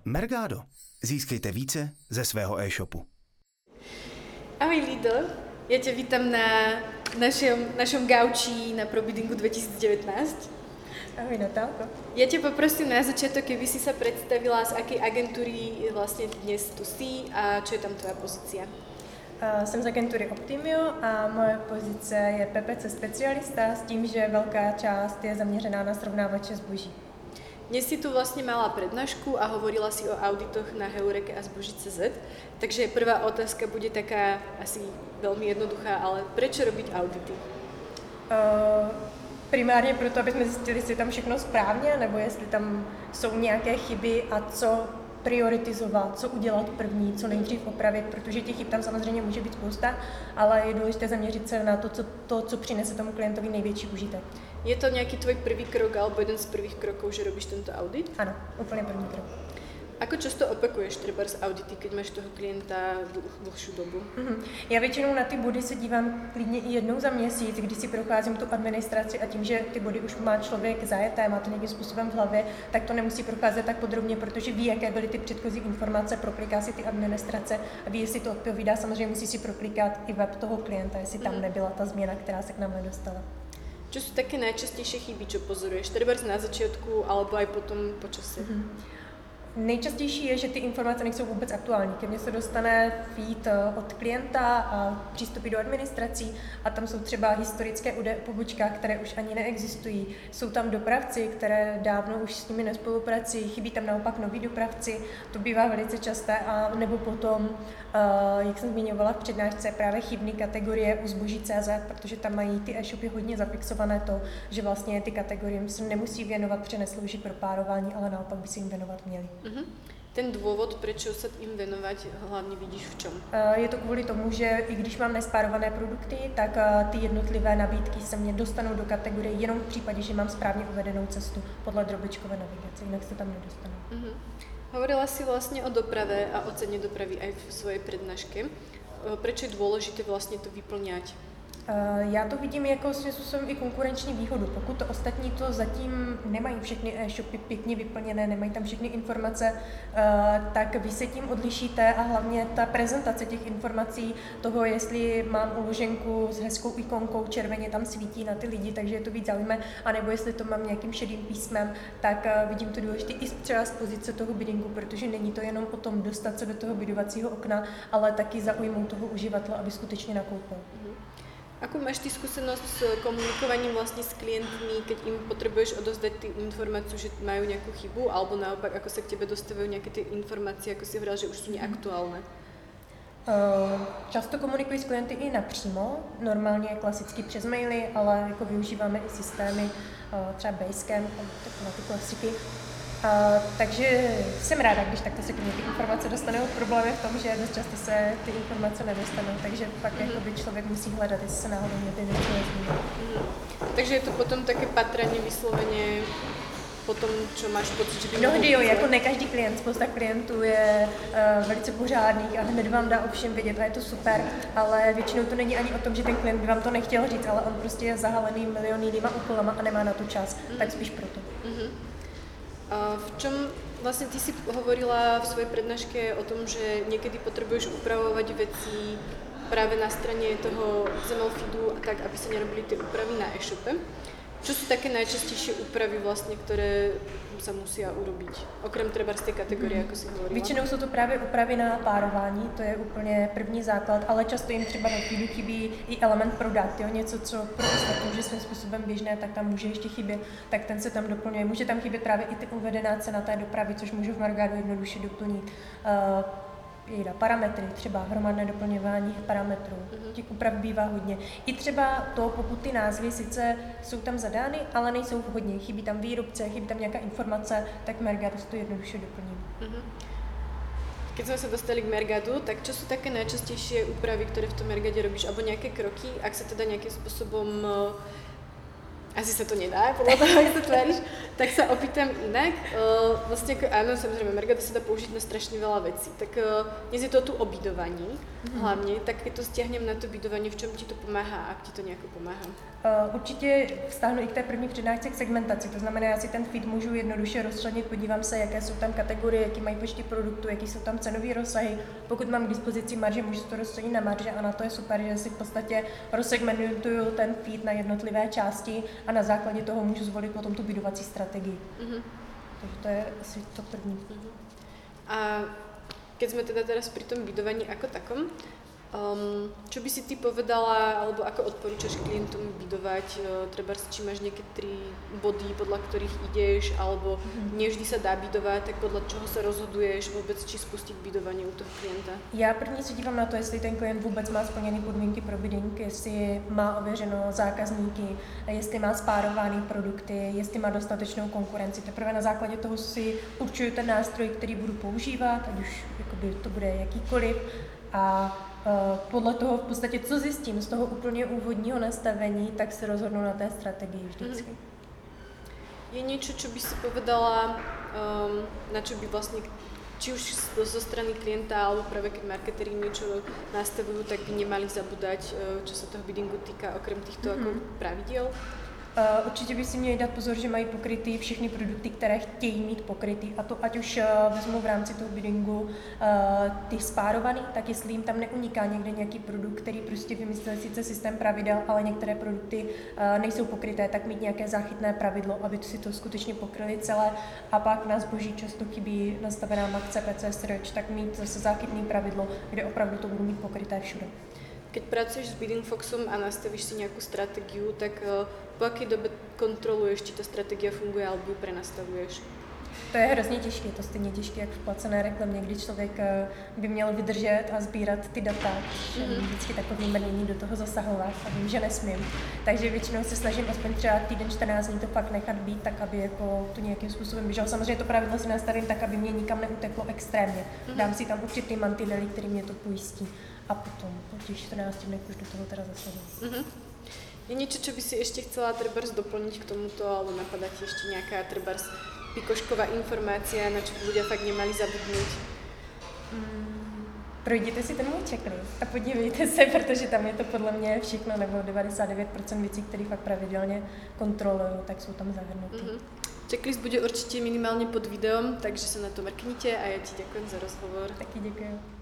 Mergado. Získejte více ze svého e-shopu. Ahoj Lido, ja ťa vítam na našom gauči na ProBiddingu 2019. Ahoj Natálko. Ja ťa poprosím na začiatok, keby si sa predstavila, z akej agentúry vlastne dnes tu si a čo je tam tvoja pozícia. Jsem z agentury Optimio a moje pozice je PPC specialista s tím, že velká část je zaměřená na srovnávače zboží. Dnes si tu vlastne mala prednášku a hovorila si o auditoch na Heureke a Zboží.cz, takže prvá otázka bude taká asi veľmi jednoduchá, ale prečo robiť audity? Primárně proto, aby jsme zjistili, jestli je tam všechno správně, nebo jestli tam jsou nějaké chyby a co prioritizovat, co udělat první, co nejdřív opravit, protože těch chyb tam samozřejmě může být spousta, ale je důležité zaměřit se na to, co přinese tomu klientovi největší užitek. Je to nějaký tvoj prvý krok alebo jeden z prvých krokov, že robíš tento audit? Ano, úplně první krok. Ako často opakuješ trebárs audity, keď máš toho klienta dlhšiu dobu? Já většinou na ty body se dívám klidně i jednou za měsíc, když si procházím tu administraci a tím, že ty body už má člověk zajeté, má to nějakým způsobem v hlavě, tak to nemusí procházet tak podrobně, protože ví, jaké byly ty předchozí informace, prokliká si ty administrace a ví, jestli to odpovídá. Samozřejmě musí si proklikat i web toho klienta, jestli tam nebyla ta změna, která se k nám nedostala. Čo sú také najčastejšie chyby, čo pozoruješ? Trebárs na začiatku alebo aj potom po čase? Nejčastější je, že ty informace nejsou vůbec aktuální. Ke mně se dostane feed od klienta a přístupy do administrací a tam jsou třeba historické údaje o pobočkách, které už ani neexistují. Jsou tam dopravci, které dávno už s nimi nespolupracují, chybí tam naopak noví dopravci, to bývá velice časté, a nebo potom, jak jsem zmiňovala v přednášce, právě chybné kategorie u Zboží.cz, protože tam mají ty e-shopy hodně zafixované to, že vlastně ty kategorie se nemusí věnovat, protože neslouží pro párování, ale naopak by se jim věnovat měli. Ten dôvod, prečo sa im venovať, hlavne vidíš v čom? Je to kvůli tomu, že i když mám nespárované produkty, tak ty jednotlivé nabídky se mě dostanou do kategorie jenom v případě, že mám správně uvedenou cestu podle drobičkové navigace, jinak se tam nedostanou. Hovorila si vlastne o doprave a o cene dopravy aj v svojej prednáške. Prečo je dôležité vlastne to vyplňať? Já to vidím jako svým způsobem i konkurenční výhodu. Pokud to ostatní to zatím nemají všechny e-shopy pěkně vyplněné, nemají tam všechny informace, tak vy se tím odlišíte a hlavně ta prezentace těch informací toho, jestli mám uloženku s hezkou ikonkou, červeně tam svítí na ty lidi, takže je to víc zaujme, anebo jestli to mám nějakým šedým písmem, tak vidím to důležité i třeba z pozice toho biddingu, protože není to jenom o tom dostat se do toho biddovacího okna, ale taky zaujmout toho uživatele, aby skutečně nakoupil. Ako máš ty skúsenosť s komunikovaním vlastne s klientmi, keď im potrebuješ odozdať tú informáciu, že majú nejakú chybu, alebo naopak, ako sa k tebe dostávajú nejaké tie informácie, ako si hovorila, že už sú neaktuálne? Často komunikuji s klienty i napřímo, normálně klasicky přes maily, ale jako využíváme i systémy, třeba Basecamp, na ty klasiky. Takže jsem ráda, když takto se k mě ty informace dostanou. Problém je v tom, že dost často se ty informace nedostanou, takže pak jakoby člověk musí hledat, jestli se náhodou někde něco nezmění. Takže je to potom také patranie vyslovene potom, čo máš pocit, že by mnohdy jo, jako ne každý klient, spousta klientů je velice pořádných a hned vám dá o všem vědět a je to super, ale většinou to není ani o tom, že ten klient by vám to nechtěl říct, ale on prostě je zahalený miliony jinýma úkolama a nemá na to čas, tak spíš proto. V čom vlastne ty si hovorila v svojej prednáške o tom, že niekedy potrebuješ upravovať veci práve na strane toho XML feedu a tak, aby sa nerobili tie úpravy na e-shope. Čo sú také najčastejšie úpravy vlastne, ktoré sa musia urobiť? Okrem třeba z té kategorie, jako si hovorila. Většinou jsou to právě úpravy na párování, to je úplně první základ, ale často jim třeba na feedu chybí i element product, jo? Něco, co pro ostatní je svým způsobem běžné, tak tam může ještě chybět, tak ten se tam doplňuje. Může tam chybět právě i ty uvedená cena té dopravy, což můžu v Mergadu jednoduše doplnit. Parametry, třeba hromadné doplňování parametrů, těch úprav bývá hodně. I třeba to, pokud ty názvy sice jsou tam zadány, ale nejsou hodně, chybí tam výrobce, chybí tam nějaká informace, tak Mergadu to jednoduše doplním. Keď sme sa dostali k Mergadu, tak čo sú také najčastejšie úpravy, ktoré v tom Mergade robíš, alebo nejaké kroky, ak sa teda nejakým spôsobom asi sa to nedá, podľa toho, ako to tváriš, tak sa opýtam inak. Vlastne ako, áno, samozrejme, Margata sa dá použiť na strašne veľa vecí. Tak dnes je to tu o bydovaní hlavne, tak keď to stiahnem na to bydovanie, v čom ti to pomáha, ak ti to nejako pomáha? Určitě vztáhnu i k té první přednášce k segmentaci, to znamená, já si ten feed můžu jednoduše rozčlenit, podívám se, jaké jsou tam kategorie, jaký mají počty produktů, jaký jsou tam cenové rozsahy. Pokud mám k dispozici marže, můžu to rozčlenit na marže a na to je super, že si v podstatě rozsegmentuju ten feed na jednotlivé části a na základě toho můžu zvolit potom tu bydovací strategii. Takže to je asi to první. A keď sme teda teraz pri tom bydovaní ako takom, čo by si ty povedala, alebo ako odporúčaš klientom bydovať, treba či máš nejaké 3 body, podľa ktorých ideš, alebo nie vždy sa dá bydovať, tak podľa čoho sa rozhoduješ vôbec, či spustiť bydovanie u toho klienta? Já první se dívám na to, jestli ten klient vůbec má splněny podmínky pro bidding, jestli má ověřeno zákazníky, jestli má spárované produkty, jestli má dostatečnou konkurenci. Teprve na základě toho si určuju ten nástroj, který budu používat, ať už jakoby to bude jakýkoliv. A podle toho v podstatě, co zjistím z toho úplně úvodního nastavení, tak se rozhodnu na té strategii vždycky. Je niečo, čo by si povedala, na čo by vlastne, či už zo strany klienta, alebo práve keď marketeri niečo nastavujú, tak by nemali zabúdať, čo sa toho biddingu týka, okrem týchto ako pravidiel? Určitě by si měli dát pozor, že mají pokrytý všechny produkty, které chtějí mít pokrytý. A to ať už vezmu v rámci toho biddingu ty spárovaný, tak jestli jim tam neuniká někde nějaký produkt, který prostě vymyslel sice systém pravidel, ale některé produkty nejsou pokryté, tak mít nějaké záchytné pravidlo, aby si to skutečně pokryli celé. A pak na zboží často chybí nastavená MAC, PC, search, tak mít zase záchytné pravidlo, kde opravdu to budou mít pokryté všude. Keď pracuješ s Bidding Foxom a nastavíš si nejakú stratégiu, tak po akej dobe kontroluješ, či ta stratégia funguje, alebo ju prenastavuješ? To je hrozně těžké, to stejně těžké jak v placené reklamě, kdy člověk by měl vydržet a sbírat ty data. Vždycky takový mrnění do toho zasahovat a vím, že nesmím. Takže většinou se snažím aspoň třeba týden 14 dní to fakt nechat být, tak aby jako to nějakým způsobem běželo. Samozřejmě to pravidlo si nastavím tak, aby mě nikam neuteklo extrémně. Dám si tam určitý mantinely, který mě to pojistí. A potom po těch 14 dnech už do toho teda zasahujem. Je niečo, čo by si ešte chcela trebárs doplniť k tomuto, alebo napadá ti ešte nejaká trebárs pikošková informácia, na čo by ľudia fakt nemali zabudnúť? Projděte si ten můj checklist a podívejte se, protože tam je to podle mě všechno, nebo 99% věcí, které fakt pravidelně kontrolují, tak jsou tam zahrnuty. Checklist bude určite minimálne pod videom, takže sa na to mrknite a ja ti ďakujem za rozhovor. Taky děkuji.